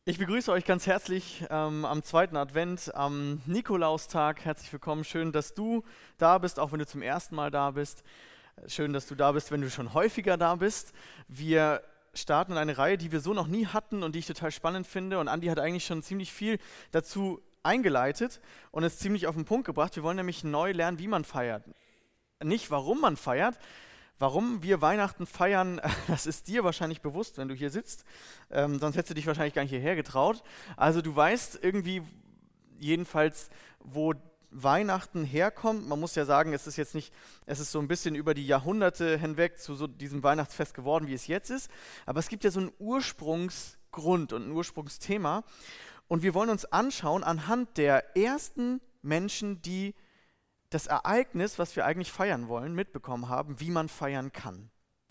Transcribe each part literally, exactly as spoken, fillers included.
Ich begrüße euch ganz herzlich ähm, am zweiten Advent, am Nikolaustag. Herzlich willkommen. Schön, dass du da bist, auch wenn du zum ersten Mal da bist. Schön, dass du da bist, wenn du schon häufiger da bist. Wir starten eine Reihe, die wir so noch nie hatten und die ich total spannend finde. Und Andi hat eigentlich schon ziemlich viel dazu eingeleitet und es ziemlich auf den Punkt gebracht. Wir wollen nämlich neu lernen, wie man feiert. Nicht, warum man feiert. Warum wir Weihnachten feiern, das ist dir wahrscheinlich bewusst, wenn du hier sitzt. Ähm, sonst hättest du dich wahrscheinlich gar nicht hierher getraut. Also du weißt irgendwie jedenfalls, wo Weihnachten herkommt. Man muss ja sagen, es ist jetzt nicht, es ist so ein bisschen über die Jahrhunderte hinweg zu so diesem Weihnachtsfest geworden, wie es jetzt ist. Aber es gibt ja so einen Ursprungsgrund und ein Ursprungsthema. Und wir wollen uns anschauen anhand der ersten Menschen, die das Ereignis, was wir eigentlich feiern wollen, mitbekommen haben, wie man feiern kann.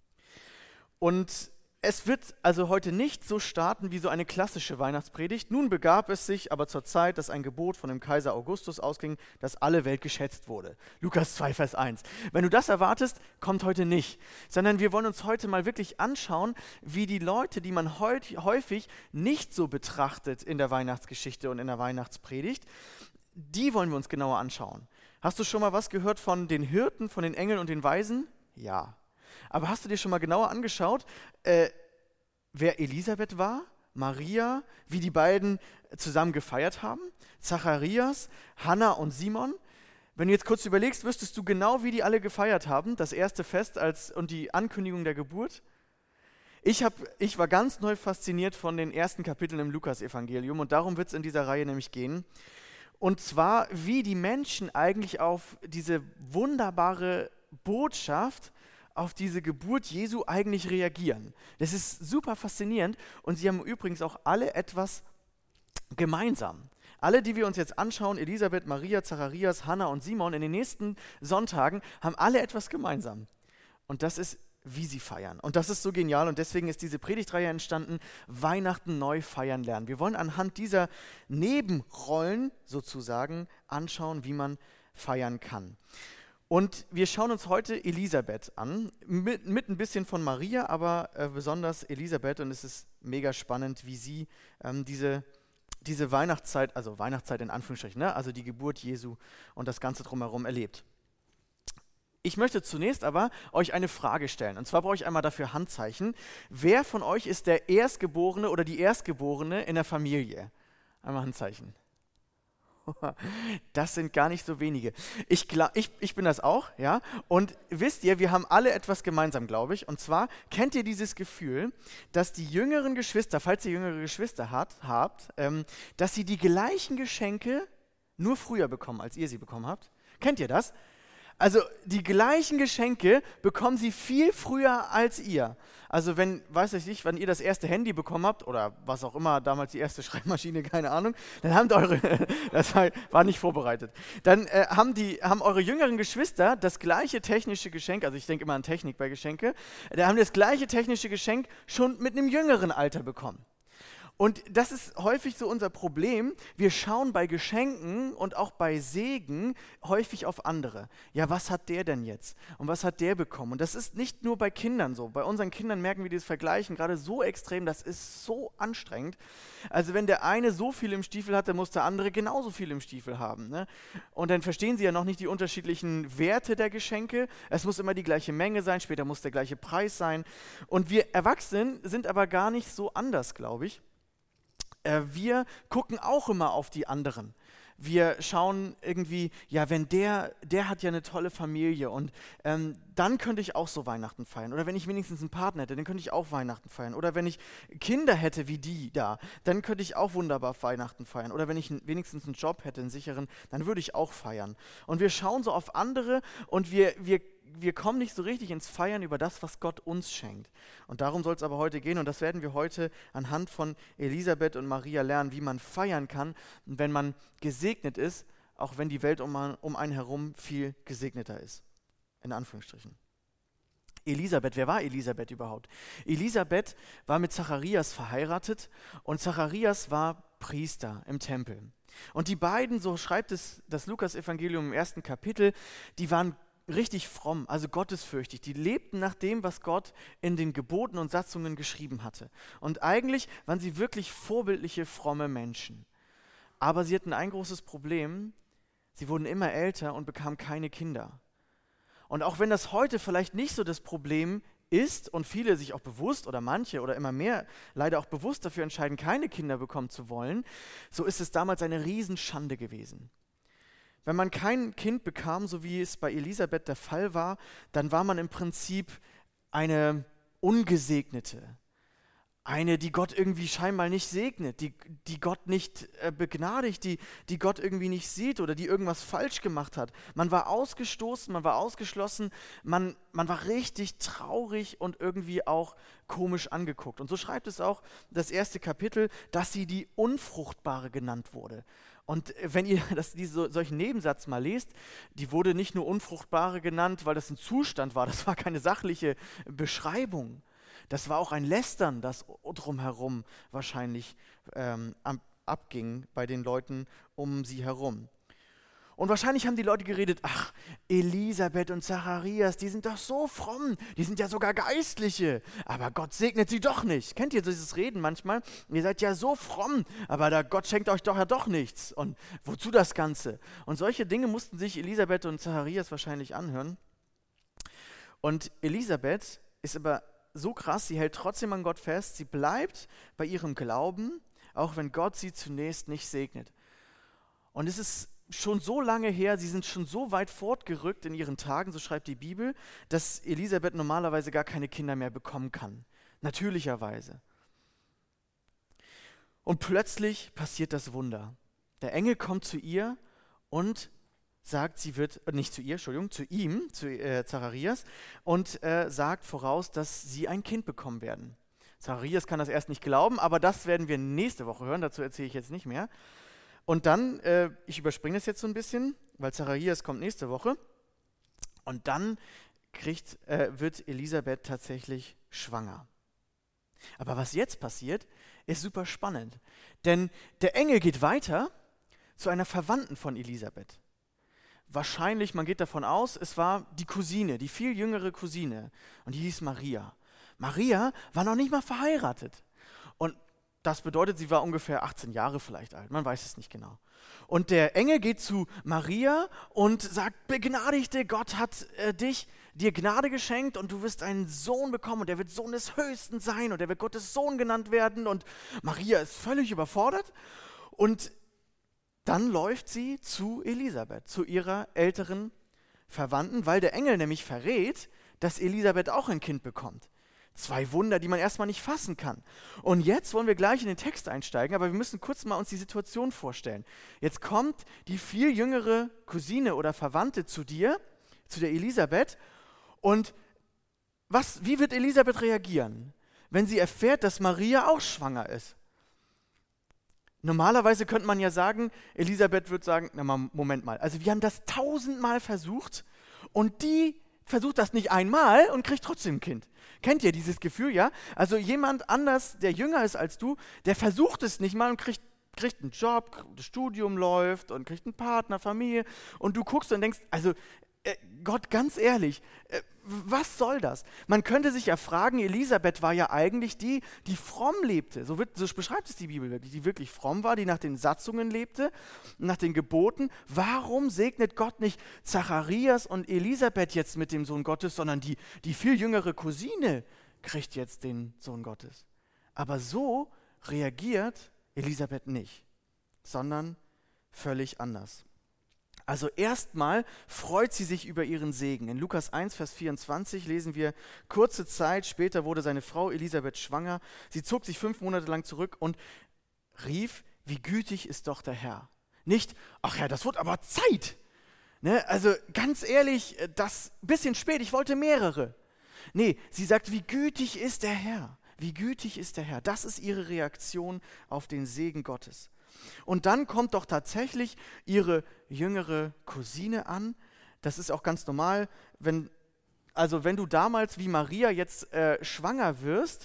Und es wird also heute nicht so starten wie so eine klassische Weihnachtspredigt. Nun begab es sich aber zur Zeit, dass ein Gebot von dem Kaiser Augustus ausging, dass alle Welt geschätzt wurde. Lukas zwei, Vers eins. Wenn du das erwartest, kommt heute nicht. Sondern wir wollen uns heute mal wirklich anschauen, wie die Leute, die man häufig nicht so betrachtet in der Weihnachtsgeschichte und in der Weihnachtspredigt, die wollen wir uns genauer anschauen. Hast du schon mal was gehört von den Hirten, von den Engeln und den Weisen? Ja. Aber hast du dir schon mal genauer angeschaut, äh, wer Elisabeth war, Maria, wie die beiden zusammen gefeiert haben? Zacharias, Hannah und Simon? Wenn du jetzt kurz überlegst, wüsstest du genau, wie die alle gefeiert haben, das erste Fest als, und die Ankündigung der Geburt? Ich, hab, ich war ganz neu fasziniert von den ersten Kapiteln im Lukas-Evangelium und darum wird es in dieser Reihe nämlich gehen. Und zwar, wie die Menschen eigentlich auf diese wunderbare Botschaft, auf diese Geburt Jesu eigentlich reagieren. Das ist super faszinierend und sie haben übrigens auch alle etwas gemeinsam. Alle, die wir uns jetzt anschauen, Elisabeth, Maria, Zacharias, Hannah und Simon, in den nächsten Sonntagen, haben alle etwas gemeinsam. Und das ist, wie sie feiern. Und das ist so genial und deswegen ist diese Predigtreihe entstanden, Weihnachten neu feiern lernen. Wir wollen anhand dieser Nebenrollen sozusagen anschauen, wie man feiern kann. Und wir schauen uns heute Elisabeth an, mit, mit ein bisschen von Maria, aber äh, besonders Elisabeth und es ist mega spannend, wie sie ähm, diese, diese Weihnachtszeit, also Weihnachtszeit in Anführungsstrichen, ne? Also die Geburt Jesu und das Ganze drumherum erlebt. Ich möchte zunächst aber euch eine Frage stellen. Und zwar brauche ich einmal dafür Handzeichen. Wer von euch ist der Erstgeborene oder die Erstgeborene in der Familie? Einmal Handzeichen. Das sind gar nicht so wenige. Ich, ich, ich bin das auch, ja. Und wisst ihr, wir haben alle etwas gemeinsam, glaube ich. Und zwar kennt ihr dieses Gefühl, dass die jüngeren Geschwister, falls ihr jüngere Geschwister hat, habt, ähm, dass sie die gleichen Geschenke nur früher bekommen, als ihr sie bekommen habt? Kennt ihr das? Also die gleichen Geschenke bekommen sie viel früher als ihr. Also wenn, weiß ich nicht, wenn ihr das erste Handy bekommen habt oder was auch immer, damals die erste Schreibmaschine, keine Ahnung, dann haben eure, das war nicht vorbereitet, dann äh, haben, die, haben eure jüngeren Geschwister das gleiche technische Geschenk, also ich denke immer an Technik bei Geschenke, da haben das gleiche technische Geschenk schon mit einem jüngeren Alter bekommen. Und das ist häufig so unser Problem. Wir schauen bei Geschenken und auch bei Segen häufig auf andere. Ja, was hat der denn jetzt? Und was hat der bekommen? Und das ist nicht nur bei Kindern so. Bei unseren Kindern merken wir dieses Vergleichen gerade so extrem, das ist so anstrengend. Also wenn der eine so viel im Stiefel hat, dann muss der andere genauso viel im Stiefel haben. Ne? Und dann verstehen sie ja noch nicht die unterschiedlichen Werte der Geschenke. Es muss immer die gleiche Menge sein, später muss der gleiche Preis sein. Und wir Erwachsenen sind aber gar nicht so anders, glaube ich. Wir gucken auch immer auf die anderen. Wir schauen irgendwie, ja, wenn der, der hat ja eine tolle Familie und ähm, dann könnte ich auch so Weihnachten feiern. Oder wenn ich wenigstens einen Partner hätte, dann könnte ich auch Weihnachten feiern. Oder wenn ich Kinder hätte wie die da, dann könnte ich auch wunderbar Weihnachten feiern. Oder wenn ich wenigstens einen Job hätte, einen sicheren, dann würde ich auch feiern. Und wir schauen so auf andere und wir, wir wir kommen nicht so richtig ins Feiern über das, was Gott uns schenkt. Und darum soll es aber heute gehen und das werden wir heute anhand von Elisabeth und Maria lernen, wie man feiern kann, wenn man gesegnet ist, auch wenn die Welt um, um einen herum viel gesegneter ist. In Anführungsstrichen. Elisabeth, wer war Elisabeth überhaupt? Elisabeth war mit Zacharias verheiratet und Zacharias war Priester im Tempel. Und die beiden, so schreibt es das Lukas-Evangelium im ersten Kapitel, die waren richtig fromm, also gottesfürchtig. Die lebten nach dem, was Gott in den Geboten und Satzungen geschrieben hatte. Und eigentlich waren sie wirklich vorbildliche, fromme Menschen. Aber sie hatten ein großes Problem. Sie wurden immer älter und bekamen keine Kinder. Und auch wenn das heute vielleicht nicht so das Problem ist und viele sich auch bewusst oder manche oder immer mehr leider auch bewusst dafür entscheiden, keine Kinder bekommen zu wollen, so ist es damals eine Riesenschande gewesen. Wenn man kein Kind bekam, so wie es bei Elisabeth der Fall war, dann war man im Prinzip eine Ungesegnete. Eine, die Gott irgendwie scheinbar nicht segnet, die, die Gott nicht äh, begnadigt, die, die Gott irgendwie nicht sieht oder die irgendwas falsch gemacht hat. Man war ausgestoßen, man war ausgeschlossen, man, man war richtig traurig und irgendwie auch komisch angeguckt. Und so schreibt es auch das erste Kapitel, dass sie die Unfruchtbare genannt wurde. Und wenn ihr das, diese, solchen Nebensatz mal lest, die wurde nicht nur Unfruchtbare genannt, weil das ein Zustand war, das war keine sachliche Beschreibung. Das war auch ein Lästern, das drumherum wahrscheinlich ähm, abging bei den Leuten um sie herum. Und wahrscheinlich haben die Leute geredet, ach, Elisabeth und Zacharias, die sind doch so fromm, die sind ja sogar Geistliche, aber Gott segnet sie doch nicht. Kennt ihr dieses Reden manchmal? Ihr seid ja so fromm, aber der Gott schenkt euch doch ja doch nichts. Und wozu das Ganze? Und solche Dinge mussten sich Elisabeth und Zacharias wahrscheinlich anhören. Und Elisabeth ist aber so krass, sie hält trotzdem an Gott fest, sie bleibt bei ihrem Glauben, auch wenn Gott sie zunächst nicht segnet. Und es ist schon so lange her, sie sind schon so weit fortgerückt in ihren Tagen, so schreibt die Bibel, dass Elisabeth normalerweise gar keine Kinder mehr bekommen kann. Natürlicherweise. Und plötzlich passiert das Wunder. Der Engel kommt zu ihr und sagt, sie wird, äh, nicht zu ihr, Entschuldigung, zu ihm, zu äh, Zacharias, und äh, sagt voraus, dass sie ein Kind bekommen werden. Zacharias kann das erst nicht glauben, aber das werden wir nächste Woche hören, dazu erzähle ich jetzt nicht mehr. Und dann, äh, ich überspringe das jetzt so ein bisschen, weil Zacharias kommt nächste Woche, und dann kriegt, äh, wird Elisabeth tatsächlich schwanger. Aber was jetzt passiert, ist super spannend, denn der Engel geht weiter zu einer Verwandten von Elisabeth. Wahrscheinlich, man geht davon aus, es war die Cousine, die viel jüngere Cousine. Und die hieß Maria. Maria war noch nicht mal verheiratet. Und das bedeutet, sie war ungefähr achtzehn Jahre vielleicht alt. Man weiß es nicht genau. Und der Engel geht zu Maria und sagt, Begnadigte, Gott hat äh, dich, dir Gnade geschenkt und du wirst einen Sohn bekommen und der wird Sohn des Höchsten sein und der wird Gottes Sohn genannt werden. Und Maria ist völlig überfordert und dann läuft sie zu Elisabeth, zu ihrer älteren Verwandten, weil der Engel nämlich verrät, dass Elisabeth auch ein Kind bekommt. Zwei Wunder, die man erstmal nicht fassen kann. Und jetzt wollen wir gleich in den Text einsteigen, aber wir müssen kurz mal uns die Situation vorstellen. Jetzt kommt die viel jüngere Cousine oder Verwandte zu dir, zu der Elisabeth, und was, wie wird Elisabeth reagieren, wenn sie erfährt, dass Maria auch schwanger ist? Normalerweise könnte man ja sagen, Elisabeth würde sagen, na mal, Moment mal, also wir haben das tausendmal versucht und die versucht das nicht einmal und kriegt trotzdem ein Kind. Kennt ihr dieses Gefühl, ja? Also jemand anders, der jünger ist als du, der versucht es nicht mal und kriegt, kriegt einen Job, das Studium läuft und kriegt einen Partner, Familie und du guckst und denkst, also äh, Gott, ganz ehrlich, äh, was soll das? Man könnte sich ja fragen, Elisabeth war ja eigentlich die, die fromm lebte. So, wird, so beschreibt es die Bibel wirklich, die wirklich fromm war, die nach den Satzungen lebte, nach den Geboten. Warum segnet Gott nicht Zacharias und Elisabeth jetzt mit dem Sohn Gottes, sondern die, die viel jüngere Cousine kriegt jetzt den Sohn Gottes? Aber so reagiert Elisabeth nicht, sondern völlig anders. Also erstmal freut sie sich über ihren Segen. In Lukas eins, Vers vierundzwanzig lesen wir, kurze Zeit später wurde seine Frau Elisabeth schwanger. Sie zog sich fünf Monate lang zurück und rief, wie gütig ist doch der Herr. Nicht, ach ja, das wird aber Zeit. Ne? Also ganz ehrlich, das bisschen spät, ich wollte mehrere. Nee, sie sagt, wie gütig ist der Herr. Wie gütig ist der Herr. Das ist ihre Reaktion auf den Segen Gottes. Und dann kommt doch tatsächlich ihre jüngere Cousine an. Das ist auch ganz normal, wenn, also wenn du damals wie Maria jetzt äh, schwanger wirst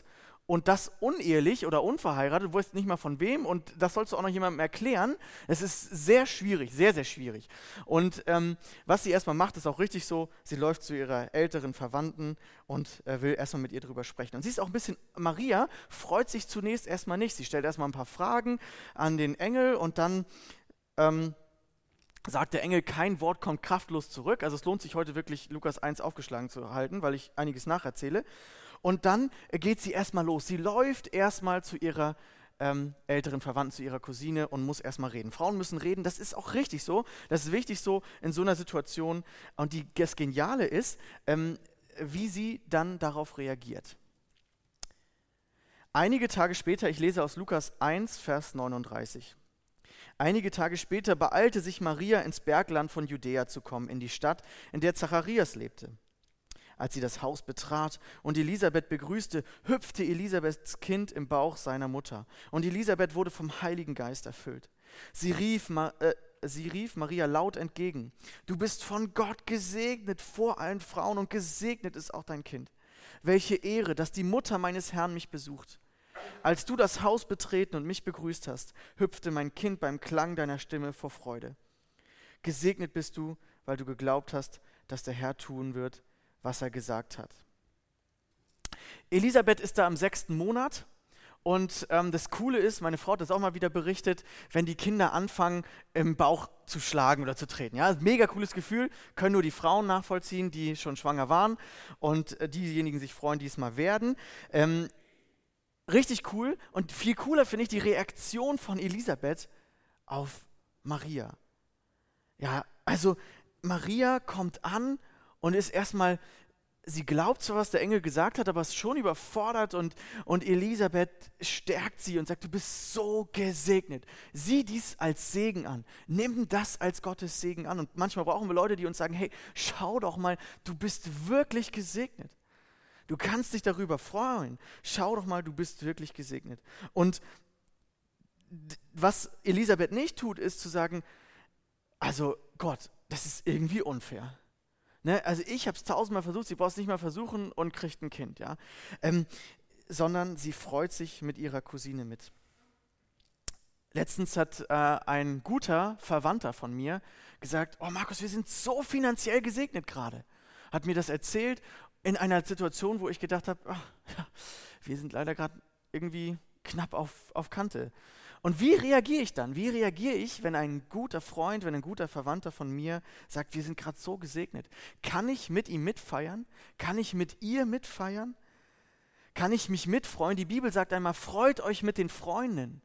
und das unehelich oder unverheiratet, du weißt nicht mal von wem und das sollst du auch noch jemandem erklären. Es ist sehr schwierig, sehr, sehr schwierig. Und ähm, was sie erstmal macht, ist auch richtig so, sie läuft zu ihrer älteren Verwandten und äh, will erstmal mit ihr drüber sprechen. Und sie ist auch ein bisschen, Maria freut sich zunächst erstmal nicht. Sie stellt erstmal ein paar Fragen an den Engel und dann ähm, sagt der Engel, kein Wort kommt kraftlos zurück. Also es lohnt sich heute wirklich, Lukas eins aufgeschlagen zu halten, weil ich einiges nacherzähle. Und dann geht sie erstmal los. Sie läuft erstmal zu ihrer ähm, älteren Verwandten, zu ihrer Cousine und muss erstmal reden. Frauen müssen reden, das ist auch richtig so. Das ist wichtig so in so einer Situation. Und die, das Geniale ist, ähm, wie sie dann darauf reagiert. Einige Tage später, ich lese aus Lukas eins, Vers neununddreißig. Einige Tage später beeilte sich Maria, ins Bergland von Judäa zu kommen, in die Stadt, in der Zacharias lebte. Als sie das Haus betrat und Elisabeth begrüßte, hüpfte Elisabeths Kind im Bauch seiner Mutter. Und Elisabeth wurde vom Heiligen Geist erfüllt. Sie rief, äh, sie rief Maria laut entgegen: Du bist von Gott gesegnet vor allen Frauen und gesegnet ist auch dein Kind. Welche Ehre, dass die Mutter meines Herrn mich besucht. Als du das Haus betreten und mich begrüßt hast, hüpfte mein Kind beim Klang deiner Stimme vor Freude. Gesegnet bist du, weil du geglaubt hast, dass der Herr tun wird, was er gesagt hat. Elisabeth ist da im sechsten Monat und ähm, das Coole ist, meine Frau hat das auch mal wieder berichtet, wenn die Kinder anfangen, im Bauch zu schlagen oder zu treten. Ja, mega cooles Gefühl, können nur die Frauen nachvollziehen, die schon schwanger waren und äh, diejenigen sich freuen, die es mal werden. Ähm, richtig cool und viel cooler finde ich die Reaktion von Elisabeth auf Maria. Ja, also Maria kommt an und ist erstmal, sie glaubt zwar, was der Engel gesagt hat, aber ist schon überfordert und, und Elisabeth stärkt sie und sagt, du bist so gesegnet. Sieh dies als Segen an. Nimm das als Gottes Segen an. Und manchmal brauchen wir Leute, die uns sagen, hey, schau doch mal, du bist wirklich gesegnet. Du kannst dich darüber freuen. Schau doch mal, du bist wirklich gesegnet. Und d- was Elisabeth nicht tut, ist zu sagen, also Gott, das ist irgendwie unfair. Ne, also ich habe es tausendmal versucht, sie braucht es nicht mal versuchen und kriegt ein Kind, ja. Ähm, sondern sie freut sich mit ihrer Cousine mit. Letztens hat äh, ein guter Verwandter von mir gesagt, oh Markus, wir sind so finanziell gesegnet gerade. Hat mir das erzählt in einer Situation, wo ich gedacht habe, ach, ja, wir sind leider gerade irgendwie knapp auf, auf Kante. Und wie reagiere ich dann? Wie reagiere ich, wenn ein guter Freund, wenn ein guter Verwandter von mir sagt, wir sind gerade so gesegnet? Kann ich mit ihm mitfeiern? Kann ich mit ihr mitfeiern? Kann ich mich mitfreuen? Die Bibel sagt einmal, freut euch mit den Freunden.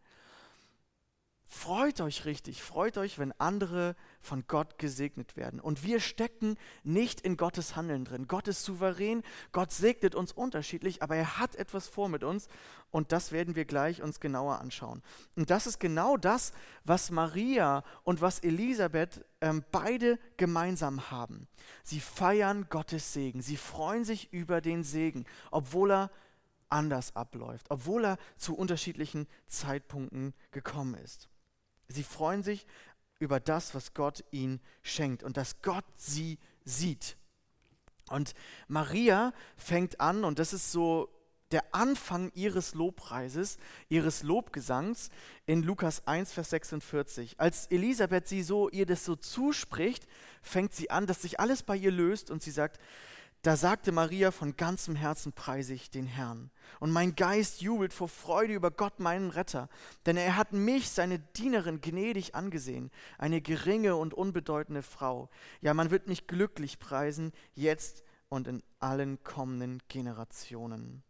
Freut euch richtig, freut euch, wenn andere von Gott gesegnet werden. Und wir stecken nicht in Gottes Handeln drin. Gott ist souverän, Gott segnet uns unterschiedlich, aber er hat etwas vor mit uns und das werden wir gleich uns genauer anschauen. Und das ist genau das, was Maria und was Elisabeth ähm, beide gemeinsam haben. Sie feiern Gottes Segen, sie freuen sich über den Segen, obwohl er anders abläuft, obwohl er zu unterschiedlichen Zeitpunkten gekommen ist. Sie freuen sich über das, was Gott ihnen schenkt und dass Gott sie sieht. Und Maria fängt an, und das ist so der Anfang ihres Lobpreises, ihres Lobgesangs in Lukas eins, Vers sechsundvierzig. Als Elisabeth sie so, ihr das so zuspricht, fängt sie an, dass sich alles bei ihr löst und sie sagt, da sagte Maria, von ganzem Herzen preise ich den Herrn. Und mein Geist jubelt vor Freude über Gott, meinen Retter. Denn er hat mich, seine Dienerin, gnädig angesehen, eine geringe und unbedeutende Frau. Ja, man wird mich glücklich preisen, jetzt und in allen kommenden Generationen.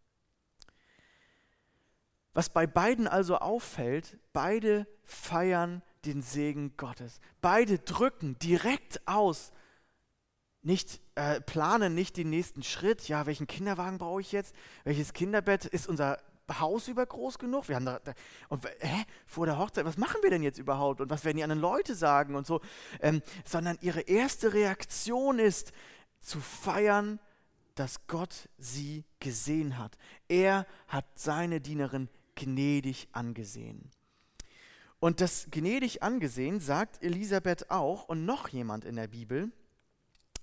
Was bei beiden also auffällt, beide feiern den Segen Gottes. Beide drücken direkt aus, nicht äh, planen nicht den nächsten Schritt. Ja, welchen Kinderwagen brauche ich jetzt? Welches Kinderbett? Ist unser Haus übergroß genug? Wir haben da, da und hä, vor der Hochzeit, was machen wir denn jetzt überhaupt? Und was werden die anderen Leute sagen und so? Ähm, sondern ihre erste Reaktion ist, zu feiern, dass Gott sie gesehen hat. Er hat seine Dienerin gnädig angesehen. Und das gnädig angesehen sagt Elisabeth auch und noch jemand in der Bibel.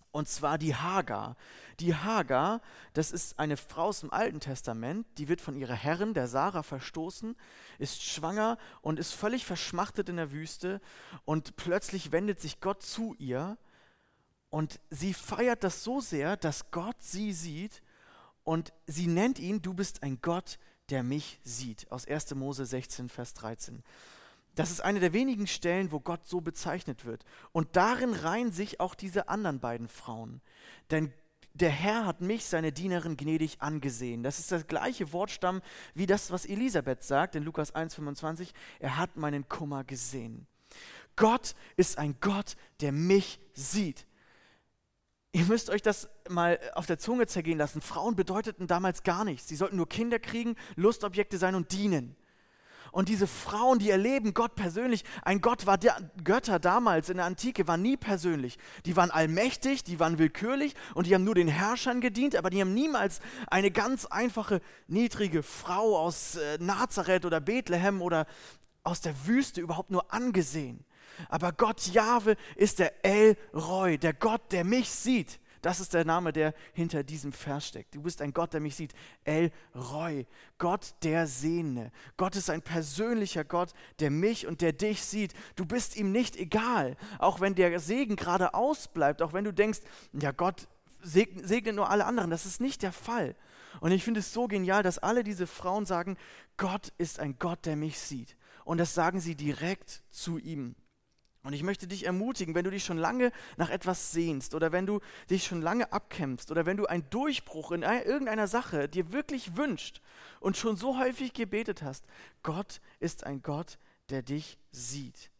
Und zwar die Hagar. Die Hagar, das ist eine Frau aus dem Alten Testament, die wird von ihrer Herrin, der Sarah, verstoßen, ist schwanger und ist völlig verschmachtet in der Wüste. Und plötzlich wendet sich Gott zu ihr und sie feiert das so sehr, dass Gott sie sieht und sie nennt ihn, du bist ein Gott, der mich sieht. Aus erster Mose sechzehn, Vers dreizehn. Das ist eine der wenigen Stellen, wo Gott so bezeichnet wird. Und darin reihen sich auch diese anderen beiden Frauen. Denn der Herr hat mich, seine Dienerin, gnädig angesehen. Das ist das gleiche Wortstamm wie das, was Elisabeth sagt in Lukas eins, fünfundzwanzig. Er hat meinen Kummer gesehen. Gott ist ein Gott, der mich sieht. Ihr müsst euch das mal auf der Zunge zergehen lassen. Frauen bedeuteten damals gar nichts. Sie sollten nur Kinder kriegen, Lustobjekte sein und dienen. Und diese Frauen, die erleben Gott persönlich, ein Gott war, der, Götter damals in der Antike waren nie persönlich. Die waren allmächtig, die waren willkürlich und die haben nur den Herrschern gedient, aber die haben niemals eine ganz einfache, niedrige Frau aus äh, Nazareth oder Bethlehem oder aus der Wüste überhaupt nur angesehen. Aber Gott Jahwe ist der El Roi, der Gott, der mich sieht. Das ist der Name, der hinter diesem Vers steckt. Du bist ein Gott, der mich sieht. El Roi, Gott der Sehende. Gott ist ein persönlicher Gott, der mich und der dich sieht. Du bist ihm nicht egal, auch wenn der Segen gerade ausbleibt, auch wenn du denkst, ja, Gott segnet, segnet nur alle anderen. Das ist nicht der Fall. Und ich finde es so genial, dass alle diese Frauen sagen, Gott ist ein Gott, der mich sieht. Und das sagen sie direkt zu ihm. Und ich möchte dich ermutigen, wenn du dich schon lange nach etwas sehnst oder wenn du dich schon lange abkämpfst oder wenn du einen Durchbruch in irgendeiner Sache dir wirklich wünscht und schon so häufig gebetet hast, Gott ist ein Gott, der dich sieht.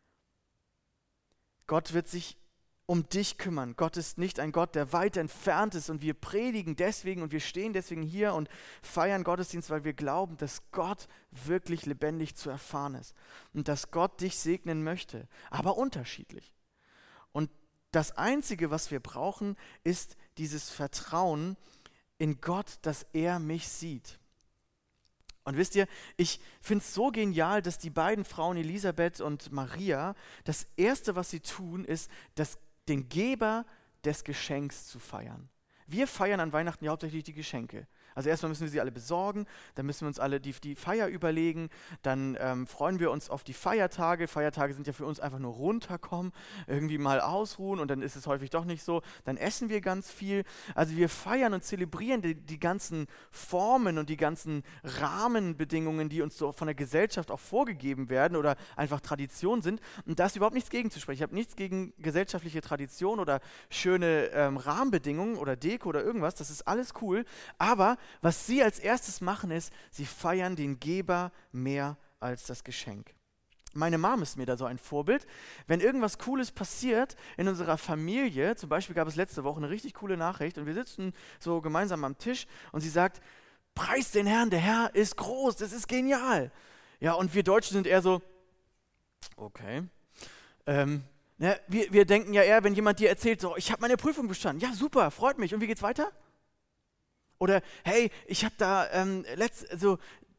Gott wird sich um dich kümmern. Gott ist nicht ein Gott, der weit entfernt ist und wir predigen deswegen und wir stehen deswegen hier und feiern Gottesdienst, weil wir glauben, dass Gott wirklich lebendig zu erfahren ist und dass Gott dich segnen möchte, aber unterschiedlich. Und das Einzige, was wir brauchen, ist dieses Vertrauen in Gott, dass er mich sieht. Und wisst ihr, ich finde es so genial, dass die beiden Frauen, Elisabeth und Maria, das Erste, was sie tun, ist, dass den Geber des Geschenks zu feiern. Wir feiern an Weihnachten ja hauptsächlich die Geschenke. Also erstmal müssen wir sie alle besorgen, dann müssen wir uns alle die, die Feier überlegen, dann ähm, freuen wir uns auf die Feiertage. Feiertage sind ja für uns einfach nur runterkommen, irgendwie mal ausruhen und dann ist es häufig doch nicht so. Dann essen wir ganz viel. Also wir feiern und zelebrieren die, die ganzen Formen und die ganzen Rahmenbedingungen, die uns so von der Gesellschaft auch vorgegeben werden oder einfach Tradition sind. Und da ist überhaupt nichts gegen zu sprechen. Ich habe nichts gegen gesellschaftliche Tradition oder schöne ähm, Rahmenbedingungen oder Deko oder irgendwas. Das ist alles cool. Aber was sie als erstes machen ist, sie feiern den Geber mehr als das Geschenk. Meine Mom ist mir da so ein Vorbild. Wenn irgendwas Cooles passiert in unserer Familie, zum Beispiel gab es letzte Woche eine richtig coole Nachricht und wir sitzen so gemeinsam am Tisch und sie sagt, preis den Herrn, der Herr ist groß, das ist genial. Ja, und wir Deutschen sind eher so, okay. Ähm, ne, wir, wir denken ja eher, wenn jemand dir erzählt, so, ich habe meine Prüfung bestanden, ja super, freut mich, und wie geht's weiter? Oder, hey, ich habe da ähm, letzt, also,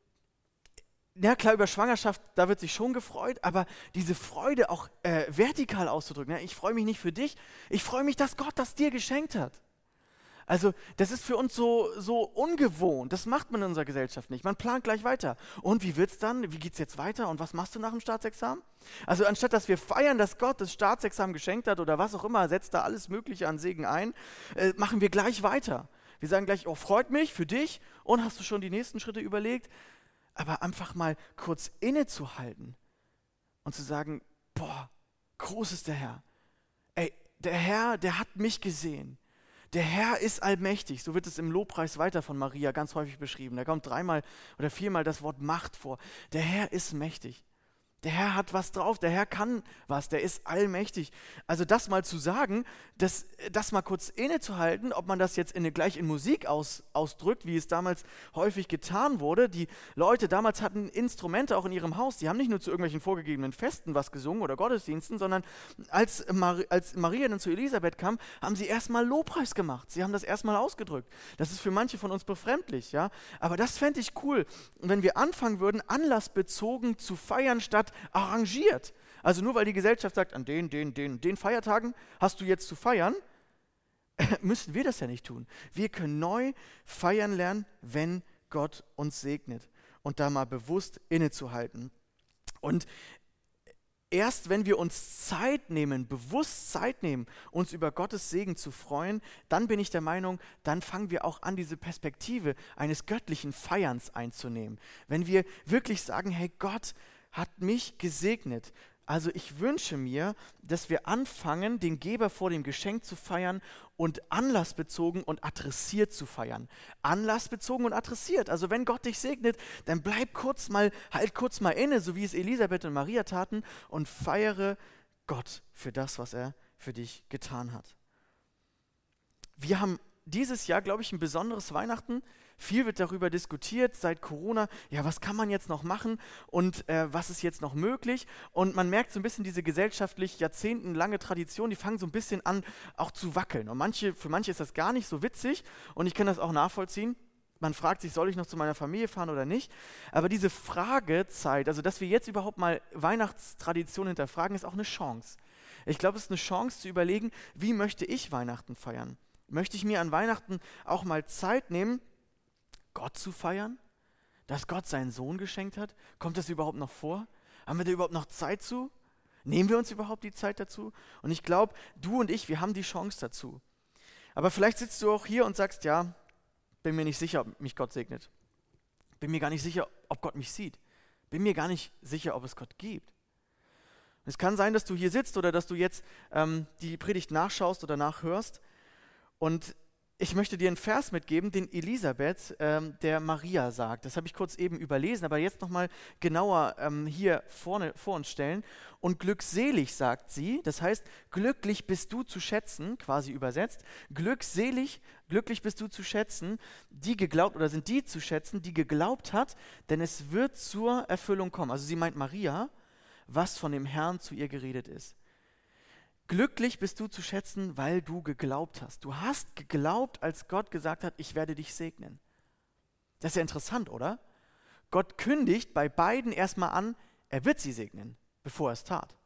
ja klar, über Schwangerschaft, da wird sich schon gefreut, aber diese Freude auch äh, vertikal auszudrücken, ja, ich freue mich nicht für dich, ich freue mich, dass Gott das dir geschenkt hat. Also das ist für uns so, so ungewohnt, das macht man in unserer Gesellschaft nicht, man plant gleich weiter. Und wie wird's dann, wie geht's jetzt weiter und was machst du nach dem Staatsexamen? Also anstatt, dass wir feiern, dass Gott das Staatsexamen geschenkt hat oder was auch immer, setzt da alles Mögliche an Segen ein, äh, machen wir gleich weiter. Wir sagen gleich, oh, freut mich für dich und hast du schon die nächsten Schritte überlegt? Aber einfach mal kurz innezuhalten und zu sagen, boah, groß ist der Herr. Ey, der Herr, der hat mich gesehen. Der Herr ist allmächtig. So wird es im Lobpreis weiter von Maria ganz häufig beschrieben. Da kommt dreimal oder viermal das Wort Macht vor. Der Herr ist mächtig. Der Herr hat was drauf, der Herr kann was, der ist allmächtig. Also das mal zu sagen, das, das mal kurz innezuhalten, ob man das jetzt in, gleich in Musik aus, ausdrückt, wie es damals häufig getan wurde. Die Leute damals hatten Instrumente auch in ihrem Haus, die haben nicht nur zu irgendwelchen vorgegebenen Festen was gesungen oder Gottesdiensten, sondern als, Mar- als Maria dann zu Elisabeth kam, haben sie erstmal Lobpreis gemacht. Sie haben das erstmal ausgedrückt. Das ist für manche von uns befremdlich, ja. Aber das fände ich cool, wenn wir anfangen würden, anlassbezogen zu feiern statt arrangiert. Also nur weil die Gesellschaft sagt, an den, den, den, den Feiertagen hast du jetzt zu feiern, müssen wir das ja nicht tun. Wir können neu feiern lernen, wenn Gott uns segnet und da mal bewusst innezuhalten. Und erst wenn wir uns Zeit nehmen, bewusst Zeit nehmen, uns über Gottes Segen zu freuen, dann bin ich der Meinung, dann fangen wir auch an, diese Perspektive eines göttlichen Feierns einzunehmen. Wenn wir wirklich sagen, hey, Gott hat mich gesegnet. Also ich wünsche mir, dass wir anfangen, den Geber vor dem Geschenk zu feiern und anlassbezogen und adressiert zu feiern. Anlassbezogen und adressiert. Also wenn Gott dich segnet, dann bleib kurz mal, halt kurz mal inne, so wie es Elisabeth und Maria taten, und feiere Gott für das, was er für dich getan hat. Wir haben dieses Jahr, glaube ich, ein besonderes Weihnachten. Viel wird darüber diskutiert seit Corona, ja, was kann man jetzt noch machen und äh, was ist jetzt noch möglich? Und man merkt so ein bisschen diese gesellschaftlich jahrzehntelange Tradition, die fangen so ein bisschen an, auch zu wackeln. Und manche, für manche ist das gar nicht so witzig und ich kann das auch nachvollziehen. Man fragt sich, soll ich noch zu meiner Familie fahren oder nicht? Aber diese Fragezeit, also dass wir jetzt überhaupt mal Weihnachtstradition hinterfragen, ist auch eine Chance. Ich glaube, es ist eine Chance zu überlegen, wie möchte ich Weihnachten feiern? Möchte ich mir an Weihnachten auch mal Zeit nehmen, Gott zu feiern, dass Gott seinen Sohn geschenkt hat? Kommt das überhaupt noch vor? Haben wir da überhaupt noch Zeit zu? Nehmen wir uns überhaupt die Zeit dazu? Und ich glaube, du und ich, wir haben die Chance dazu. Aber vielleicht sitzt du auch hier und sagst, ja, bin mir nicht sicher, ob mich Gott segnet. Bin mir gar nicht sicher, ob Gott mich sieht. Bin mir gar nicht sicher, ob es Gott gibt. Es kann sein, dass du hier sitzt oder dass du jetzt ähm, die Predigt nachschaust oder nachhörst. Und ich möchte dir einen Vers mitgeben, den Elisabeth ähm, der Maria sagt. Das habe ich kurz eben überlesen, aber jetzt nochmal genauer ähm, hier vorne vor uns stellen. Und glückselig, sagt sie, das heißt, glücklich bist du zu schätzen, quasi übersetzt, glückselig, glücklich bist du zu schätzen, die geglaubt, oder sind die zu schätzen, die geglaubt hat, denn es wird zur Erfüllung kommen. Also sie meint Maria, was von dem Herrn zu ihr geredet ist. Glücklich bist du zu schätzen, weil du geglaubt hast. Du hast geglaubt, als Gott gesagt hat, ich werde dich segnen. Das ist ja interessant, oder? Gott kündigt bei beiden erstmal an, er wird sie segnen, bevor er es tat.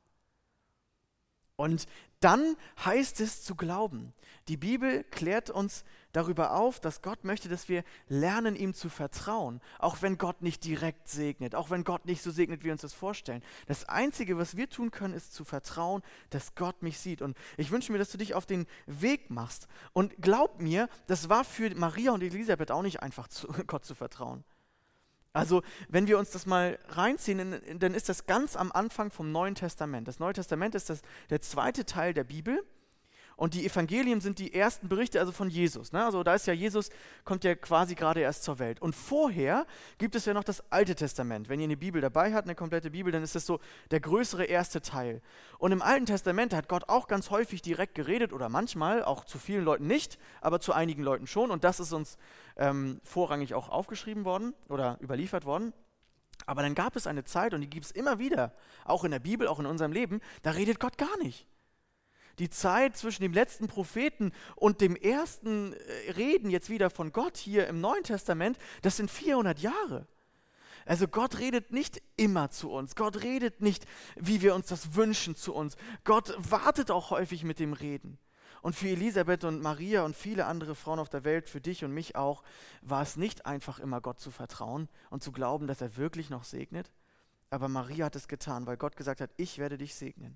Und dann heißt es zu glauben. Die Bibel klärt uns darüber auf, dass Gott möchte, dass wir lernen, ihm zu vertrauen. Auch wenn Gott nicht direkt segnet, auch wenn Gott nicht so segnet, wie wir uns das vorstellen. Das Einzige, was wir tun können, ist zu vertrauen, dass Gott mich sieht. Und ich wünsche mir, dass du dich auf den Weg machst. Und glaub mir, das war für Maria und Elisabeth auch nicht einfach, zu, Gott zu vertrauen. Also, wenn wir uns das mal reinziehen, dann ist das ganz am Anfang vom Neuen Testament. Das Neue Testament ist das, der zweite Teil der Bibel und die Evangelien sind die ersten Berichte also von Jesus. Ne? Also da ist ja Jesus, kommt ja quasi gerade erst zur Welt. Und vorher gibt es ja noch das Alte Testament. Wenn ihr eine Bibel dabei habt, eine komplette Bibel, dann ist das so der größere erste Teil. Und im Alten Testament hat Gott auch ganz häufig direkt geredet oder manchmal, auch zu vielen Leuten nicht, aber zu einigen Leuten schon. Und das ist uns ähm, vorrangig auch aufgeschrieben worden oder überliefert worden. Aber dann gab es eine Zeit, und die gibt es immer wieder, auch in der Bibel, auch in unserem Leben, da redet Gott gar nicht. Die Zeit zwischen dem letzten Propheten und dem ersten Reden jetzt wieder von Gott hier im Neuen Testament, das sind vierhundert Jahre. Also Gott redet nicht immer zu uns. Gott redet nicht, wie wir uns das wünschen, zu uns. Gott wartet auch häufig mit dem Reden. Und für Elisabeth und Maria und viele andere Frauen auf der Welt, für dich und mich auch, war es nicht einfach immer Gott zu vertrauen und zu glauben, dass er wirklich noch segnet. Aber Maria hat es getan, weil Gott gesagt hat, ich werde dich segnen.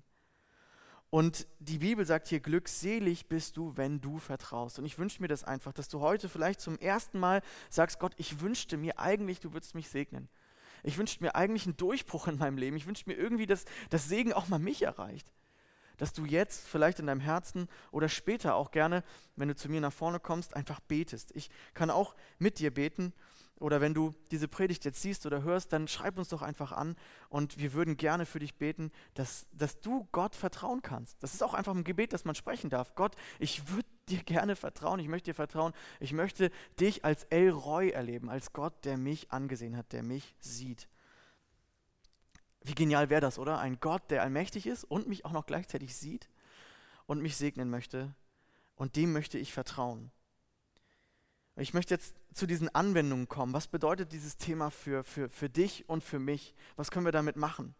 Und die Bibel sagt hier, glückselig bist du, wenn du vertraust. Und ich wünsche mir das einfach, dass du heute vielleicht zum ersten Mal sagst, Gott, ich wünschte mir eigentlich, du würdest mich segnen. Ich wünschte mir eigentlich einen Durchbruch in meinem Leben. Ich wünschte mir irgendwie, dass das Segen auch mal mich erreicht. Dass du jetzt vielleicht in deinem Herzen oder später auch gerne, wenn du zu mir nach vorne kommst, einfach betest. Ich kann auch mit dir beten. Oder wenn du diese Predigt jetzt siehst oder hörst, dann schreib uns doch einfach an und wir würden gerne für dich beten, dass, dass du Gott vertrauen kannst. Das ist auch einfach ein Gebet, das man sprechen darf. Gott, ich würde dir gerne vertrauen, ich möchte dir vertrauen, ich möchte dich als El Roi erleben, als Gott, der mich angesehen hat, der mich sieht. Wie genial wäre das, oder? Ein Gott, der allmächtig ist und mich auch noch gleichzeitig sieht und mich segnen möchte, und dem möchte ich vertrauen. Ich möchte jetzt zu diesen Anwendungen kommen. Was bedeutet dieses Thema für, für, für dich und für mich? Was können wir damit machen?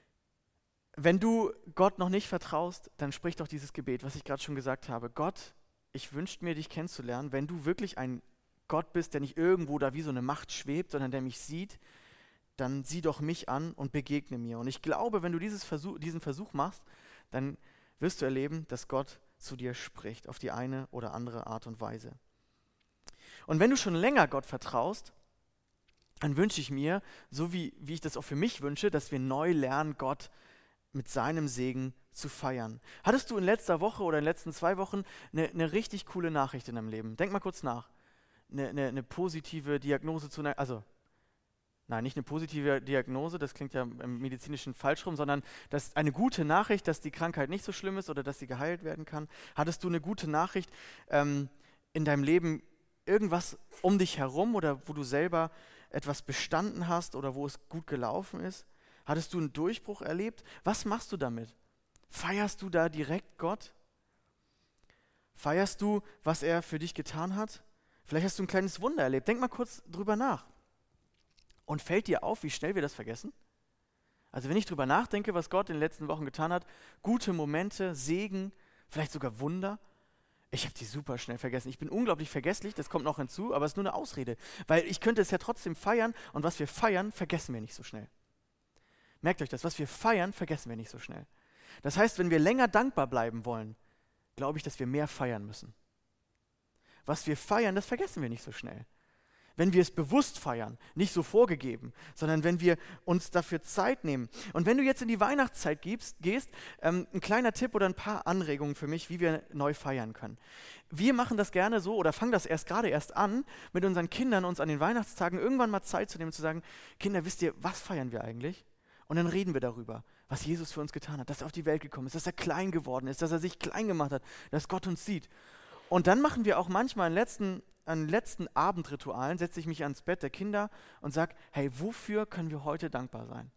Wenn du Gott noch nicht vertraust, dann sprich doch dieses Gebet, was ich gerade schon gesagt habe. Gott, ich wünschte mir, dich kennenzulernen, wenn du wirklich ein Gott bist, der nicht irgendwo da wie so eine Macht schwebt, sondern der mich sieht, dann sieh doch mich an und begegne mir. Und ich glaube, wenn du dieses Versuch, diesen Versuch machst, dann wirst du erleben, dass Gott zu dir spricht, auf die eine oder andere Art und Weise. Und wenn du schon länger Gott vertraust, dann wünsche ich mir, so wie, wie ich das auch für mich wünsche, dass wir neu lernen, Gott mit seinem Segen zu feiern. Hattest du in letzter Woche oder in den letzten zwei Wochen eine, eine richtig coole Nachricht in deinem Leben? Denk mal kurz nach. Eine, eine, eine positive Diagnose zu einer, also nein, nicht eine positive Diagnose, das klingt ja im Medizinischen falsch rum, sondern das eine gute Nachricht, dass die Krankheit nicht so schlimm ist oder dass sie geheilt werden kann. Hattest du eine gute Nachricht ähm, in deinem Leben, irgendwas um dich herum oder wo du selber etwas bestanden hast oder wo es gut gelaufen ist? Hattest du einen Durchbruch erlebt? Was machst du damit? Feierst du da direkt Gott? Feierst du, was er für dich getan hat? Vielleicht hast du ein kleines Wunder erlebt. Denk mal kurz drüber nach. Und fällt dir auf, wie schnell wir das vergessen? Also wenn ich drüber nachdenke, was Gott in den letzten Wochen getan hat, gute Momente, Segen, vielleicht sogar Wunder, ich habe die super schnell vergessen. Ich bin unglaublich vergesslich, das kommt noch hinzu, aber es ist nur eine Ausrede. Weil ich könnte es ja trotzdem feiern und was wir feiern, vergessen wir nicht so schnell. Merkt euch das, was wir feiern, vergessen wir nicht so schnell. Das heißt, wenn wir länger dankbar bleiben wollen, glaube ich, dass wir mehr feiern müssen. Was wir feiern, das vergessen wir nicht so schnell. Wenn wir es bewusst feiern, nicht so vorgegeben, sondern wenn wir uns dafür Zeit nehmen. Und wenn du jetzt in die Weihnachtszeit gehst, gehst ähm, ein kleiner Tipp oder ein paar Anregungen für mich, wie wir neu feiern können. Wir machen das gerne so oder fangen das erst gerade erst an, mit unseren Kindern uns an den Weihnachtstagen irgendwann mal Zeit zu nehmen und zu sagen, Kinder, wisst ihr, was feiern wir eigentlich? Und dann reden wir darüber, was Jesus für uns getan hat, dass er auf die Welt gekommen ist, dass er klein geworden ist, dass er sich klein gemacht hat, dass Gott uns sieht. Und dann machen wir auch manchmal an letzten, an letzten Abendritualen, setze ich mich ans Bett der Kinder und sage, hey, wofür können wir heute dankbar sein?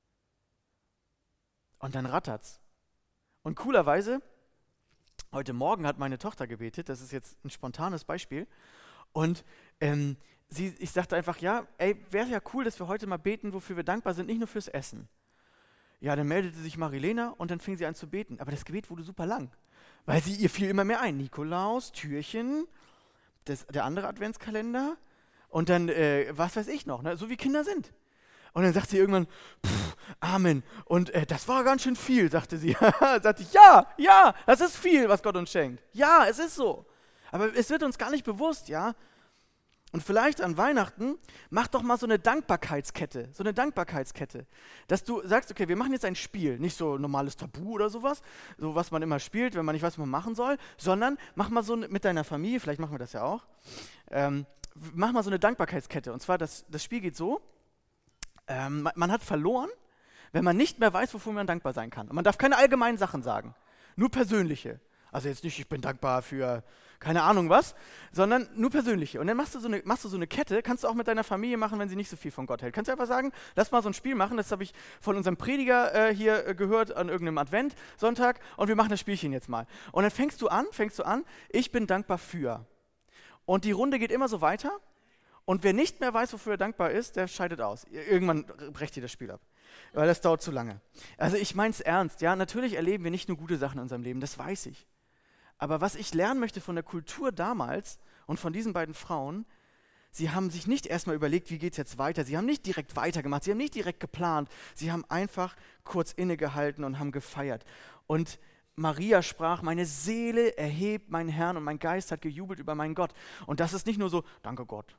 Und dann rattert's. Und coolerweise, heute Morgen hat meine Tochter gebetet, das ist jetzt ein spontanes Beispiel, und ähm, sie, ich sagte einfach, ja, ey, wäre ja cool, dass wir heute mal beten, wofür wir dankbar sind, nicht nur fürs Essen. Ja, dann meldete sich Marilena und dann fing sie an zu beten. Aber das Gebet wurde super lang, weil sie ihr fiel immer mehr ein. Nikolaus, Türchen, das, der andere Adventskalender und dann, äh, was weiß ich noch, ne? So wie Kinder sind. Und dann sagt sie irgendwann, pff, Amen. Und äh, das war ganz schön viel, sagte sie. Sagte ich, ja, ja, das ist viel, was Gott uns schenkt. Ja, es ist so. Aber es wird uns gar nicht bewusst, ja. Und vielleicht an Weihnachten, mach doch mal so eine Dankbarkeitskette, so eine Dankbarkeitskette, dass du sagst, okay, wir machen jetzt ein Spiel, nicht so normales Tabu oder sowas, so was man immer spielt, wenn man nicht weiß, was man machen soll, sondern mach mal so mit deiner Familie, vielleicht machen wir das ja auch, ähm, mach mal so eine Dankbarkeitskette. Und zwar, das, das Spiel geht so, ähm, man, man hat verloren, wenn man nicht mehr weiß, wofür man dankbar sein kann. Und man darf keine allgemeinen Sachen sagen, nur persönliche. Also jetzt nicht, ich bin dankbar für keine Ahnung was, sondern nur persönliche. Und dann machst du so eine, machst du so eine Kette, kannst du auch mit deiner Familie machen, wenn sie nicht so viel von Gott hält. Kannst du einfach sagen, lass mal so ein Spiel machen, das habe ich von unserem Prediger äh, hier äh, gehört an irgendeinem Advent-Sonntag und wir machen das Spielchen jetzt mal. Und dann fängst du an, fängst du an, ich bin dankbar für. Und die Runde geht immer so weiter und wer nicht mehr weiß, wofür er dankbar ist, der scheidet aus. Irgendwann brecht ihr das Spiel ab, weil das dauert zu lange. Also ich meine es ernst, ja, natürlich erleben wir nicht nur gute Sachen in unserem Leben, das weiß ich. Aber was ich lernen möchte von der Kultur damals und von diesen beiden Frauen, sie haben sich nicht erstmal überlegt, wie geht es jetzt weiter. Sie haben nicht direkt weitergemacht, sie haben nicht direkt geplant. Sie haben einfach kurz innegehalten und haben gefeiert. Und Maria sprach, meine Seele erhebt meinen Herrn und mein Geist hat gejubelt über meinen Gott. Und das ist nicht nur so, danke Gott.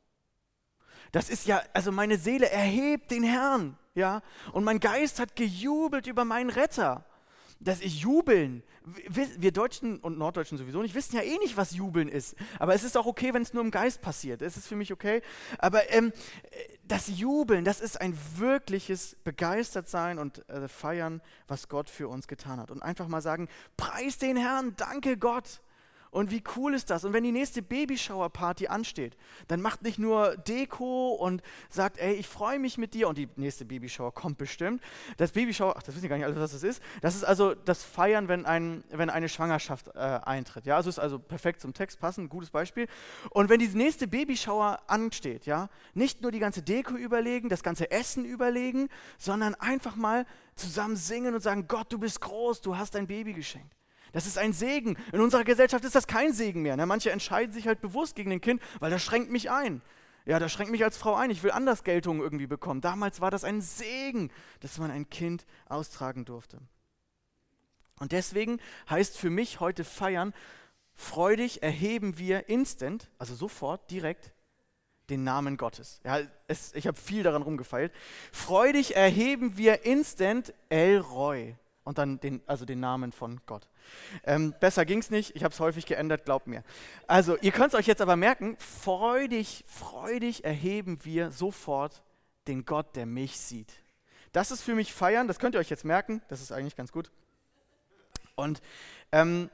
Das ist ja, also meine Seele erhebt den Herrn, ja, und mein Geist hat gejubelt über meinen Retter. Das ist Jubeln. Wir, wir Deutschen und Norddeutschen sowieso nicht, wissen ja eh nicht, was Jubeln ist. Aber es ist auch okay, wenn es nur im Geist passiert. Es ist für mich okay. Aber ähm, das Jubeln, das ist ein wirkliches Begeistertsein und äh, Feiern, was Gott für uns getan hat. Und einfach mal sagen, preis den Herrn, danke Gott. Und wie cool ist das? Und wenn die nächste Babyshower-Party ansteht, dann macht nicht nur Deko und sagt, ey, ich freue mich mit dir und die nächste Babyshower kommt bestimmt. Das Babyshower, ach, das wissen ja gar nicht alle, was das ist. Das ist also das Feiern, wenn, ein, wenn eine Schwangerschaft äh, eintritt. Ja, also ist also perfekt zum Text passend, gutes Beispiel. Und wenn die nächste Babyshower ansteht, ja, nicht nur die ganze Deko überlegen, das ganze Essen überlegen, sondern einfach mal zusammen singen und sagen, Gott, du bist groß, du hast dein Baby geschenkt. Das ist ein Segen. In unserer Gesellschaft ist das kein Segen mehr. Ne? Manche entscheiden sich halt bewusst gegen ein Kind, weil das schränkt mich ein. Ja, das schränkt mich als Frau ein. Ich will anders Geltung irgendwie bekommen. Damals war das ein Segen, dass man ein Kind austragen durfte. Und deswegen heißt für mich heute feiern, freudig erheben wir instant, also sofort, direkt, den Namen Gottes. Ja, es, ich habe viel daran rumgefeilt. Freudig erheben wir instant El Roi. Und dann den, also den Namen von Gott. Ähm, besser ging's nicht, ich habe es häufig geändert, glaubt mir. Also ihr könnt es euch jetzt aber merken, freudig, freudig erheben wir sofort den Gott, der mich sieht. Das ist für mich feiern, das könnt ihr euch jetzt merken, das ist eigentlich ganz gut. Und ähm,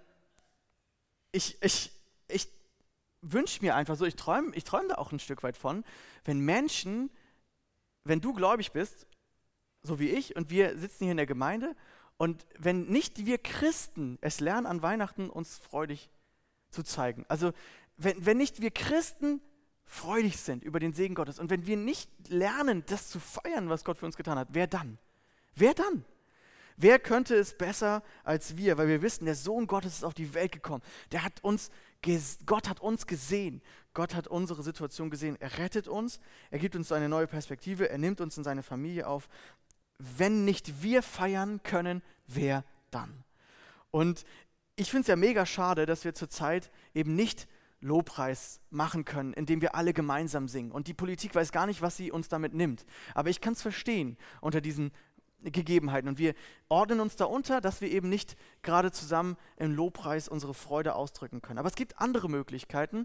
ich, ich, ich wünsche mir einfach so, ich träume ich träum da auch ein Stück weit von, wenn Menschen, wenn du gläubig bist, so wie ich, und wir sitzen hier in der Gemeinde, und wenn nicht wir Christen es lernen, an Weihnachten uns freudig zu zeigen, also wenn, wenn nicht wir Christen freudig sind über den Segen Gottes und wenn wir nicht lernen, das zu feiern, was Gott für uns getan hat, wer dann? Wer dann? Wer könnte es besser als wir? Weil wir wissen, der Sohn Gottes ist auf die Welt gekommen. Der hat uns, Gott hat uns gesehen. Gott hat unsere Situation gesehen. Er rettet uns, er gibt uns eine neue Perspektive, er nimmt uns in seine Familie auf. Wenn nicht wir feiern können, wer dann? Und ich finde es ja mega schade, dass wir zurzeit eben nicht Lobpreis machen können, indem wir alle gemeinsam singen. Und die Politik weiß gar nicht, was sie uns damit nimmt. Aber ich kann es verstehen unter diesen Gegebenheiten. Und wir ordnen uns darunter, dass wir eben nicht gerade zusammen im Lobpreis unsere Freude ausdrücken können. Aber es gibt andere Möglichkeiten.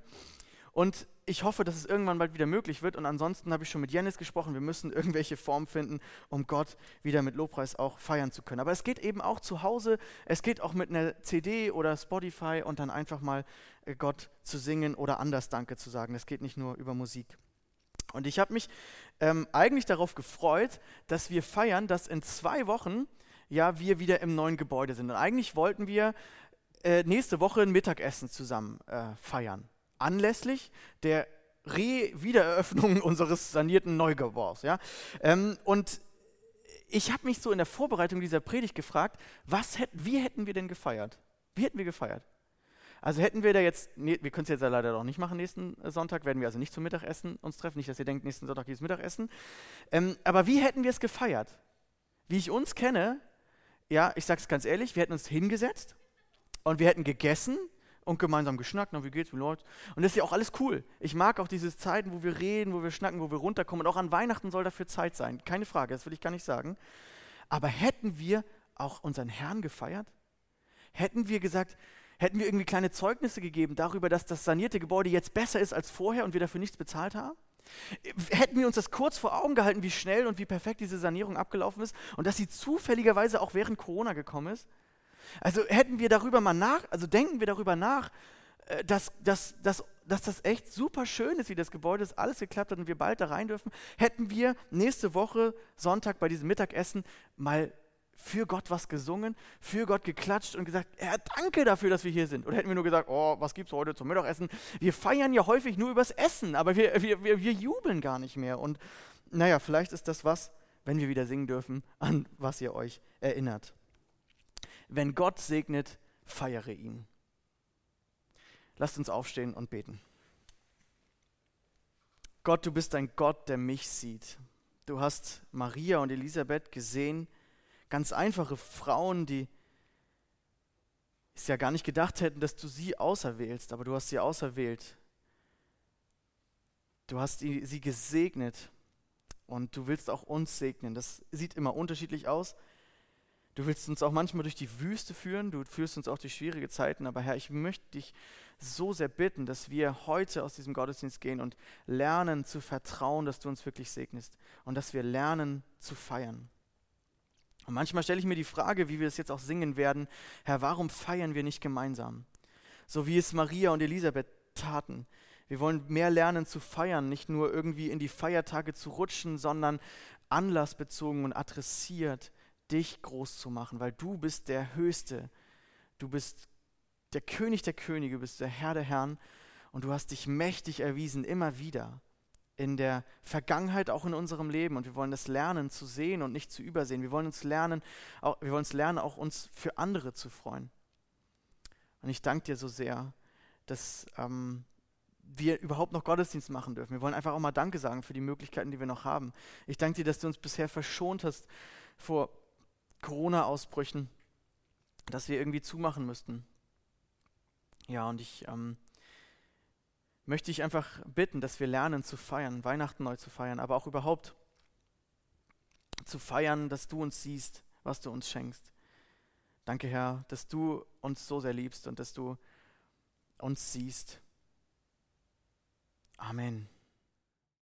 Und ich hoffe, dass es irgendwann bald wieder möglich wird. Und ansonsten habe ich schon mit Janis gesprochen, wir müssen irgendwelche Formen finden, um Gott wieder mit Lobpreis auch feiern zu können. Aber es geht eben auch zu Hause, es geht auch mit einer C D oder Spotify und dann einfach mal Gott zu singen oder anders Danke zu sagen. Es geht nicht nur über Musik. Und ich habe mich ähm, eigentlich darauf gefreut, dass wir feiern, dass in zwei Wochen ja wir wieder im neuen Gebäude sind. Und eigentlich wollten wir äh, nächste Woche ein Mittagessen zusammen äh, feiern. Anlässlich der Re-Wiedereröffnung unseres sanierten Neugebaus. Ja? Ähm, und ich habe mich so in der Vorbereitung dieser Predigt gefragt, was hätt, wie hätten wir denn gefeiert? Wie hätten wir gefeiert? Also hätten wir da jetzt, nee, wir können es jetzt ja leider noch nicht machen nächsten Sonntag, werden wir also nicht zum Mittagessen uns treffen, nicht, dass ihr denkt, nächsten Sonntag gibt es Mittagessen. Ähm, aber wie hätten wir es gefeiert? Wie ich uns kenne, ja, ich sage es ganz ehrlich, wir hätten uns hingesetzt und wir hätten gegessen und gemeinsam geschnackt, na, wie geht's, wie läuft's? Und das ist ja auch alles cool. Ich mag auch diese Zeiten, wo wir reden, wo wir schnacken, wo wir runterkommen. Und auch an Weihnachten soll dafür Zeit sein. Keine Frage, das will ich gar nicht sagen. Aber hätten wir auch unseren Herrn gefeiert? Hätten wir gesagt, hätten wir irgendwie kleine Zeugnisse gegeben darüber, dass das sanierte Gebäude jetzt besser ist als vorher und wir dafür nichts bezahlt haben? Hätten wir uns das kurz vor Augen gehalten, wie schnell und wie perfekt diese Sanierung abgelaufen ist und dass sie zufälligerweise auch während Corona gekommen ist? Also hätten wir darüber mal nach, also denken wir darüber nach, dass, dass, dass, dass das echt super schön ist, wie das Gebäude ist, alles geklappt hat und wir bald da rein dürfen, hätten wir nächste Woche Sonntag bei diesem Mittagessen mal für Gott was gesungen, für Gott geklatscht und gesagt, ja, danke dafür, dass wir hier sind. Oder hätten wir nur gesagt, oh, was gibt's heute zum Mittagessen? Wir feiern ja häufig nur übers Essen, aber wir, wir, wir, wir jubeln gar nicht mehr. Und naja, vielleicht ist das was, wenn wir wieder singen dürfen, an was ihr euch erinnert. Wenn Gott segnet, feiere ihn. Lasst uns aufstehen und beten. Gott, du bist ein Gott, der mich sieht. Du hast Maria und Elisabeth gesehen, ganz einfache Frauen, die es ja gar nicht gedacht hätten, dass du sie auserwählst, aber du hast sie auserwählt. Du hast sie gesegnet und du willst auch uns segnen. Das sieht immer unterschiedlich aus. Du willst uns auch manchmal durch die Wüste führen, du führst uns auch durch schwierige Zeiten, aber Herr, ich möchte dich so sehr bitten, dass wir heute aus diesem Gottesdienst gehen und lernen zu vertrauen, dass du uns wirklich segnest und dass wir lernen zu feiern. Und manchmal stelle ich mir die Frage, wie wir es jetzt auch singen werden, Herr, warum feiern wir nicht gemeinsam? So wie es Maria und Elisabeth taten. Wir wollen mehr lernen zu feiern, nicht nur irgendwie in die Feiertage zu rutschen, sondern anlassbezogen und adressiert dich groß zu machen, weil du bist der Höchste, du bist der König der Könige, du bist der Herr der Herren und du hast dich mächtig erwiesen, immer wieder, in der Vergangenheit, auch in unserem Leben und wir wollen das lernen zu sehen und nicht zu übersehen, wir wollen uns lernen, auch, wir wollen uns lernen, auch uns für andere zu freuen. Und ich danke dir so sehr, dass ähm, wir überhaupt noch Gottesdienst machen dürfen. Wir wollen einfach auch mal Danke sagen für die Möglichkeiten, die wir noch haben. Ich danke dir, dass du uns bisher verschont hast vor Corona-Ausbrüchen, dass wir irgendwie zumachen müssten. Ja, und ich ähm, möchte dich einfach bitten, dass wir lernen zu feiern, Weihnachten neu zu feiern, aber auch überhaupt zu feiern, dass du uns siehst, was du uns schenkst. Danke, Herr, dass du uns so sehr liebst und dass du uns siehst. Amen.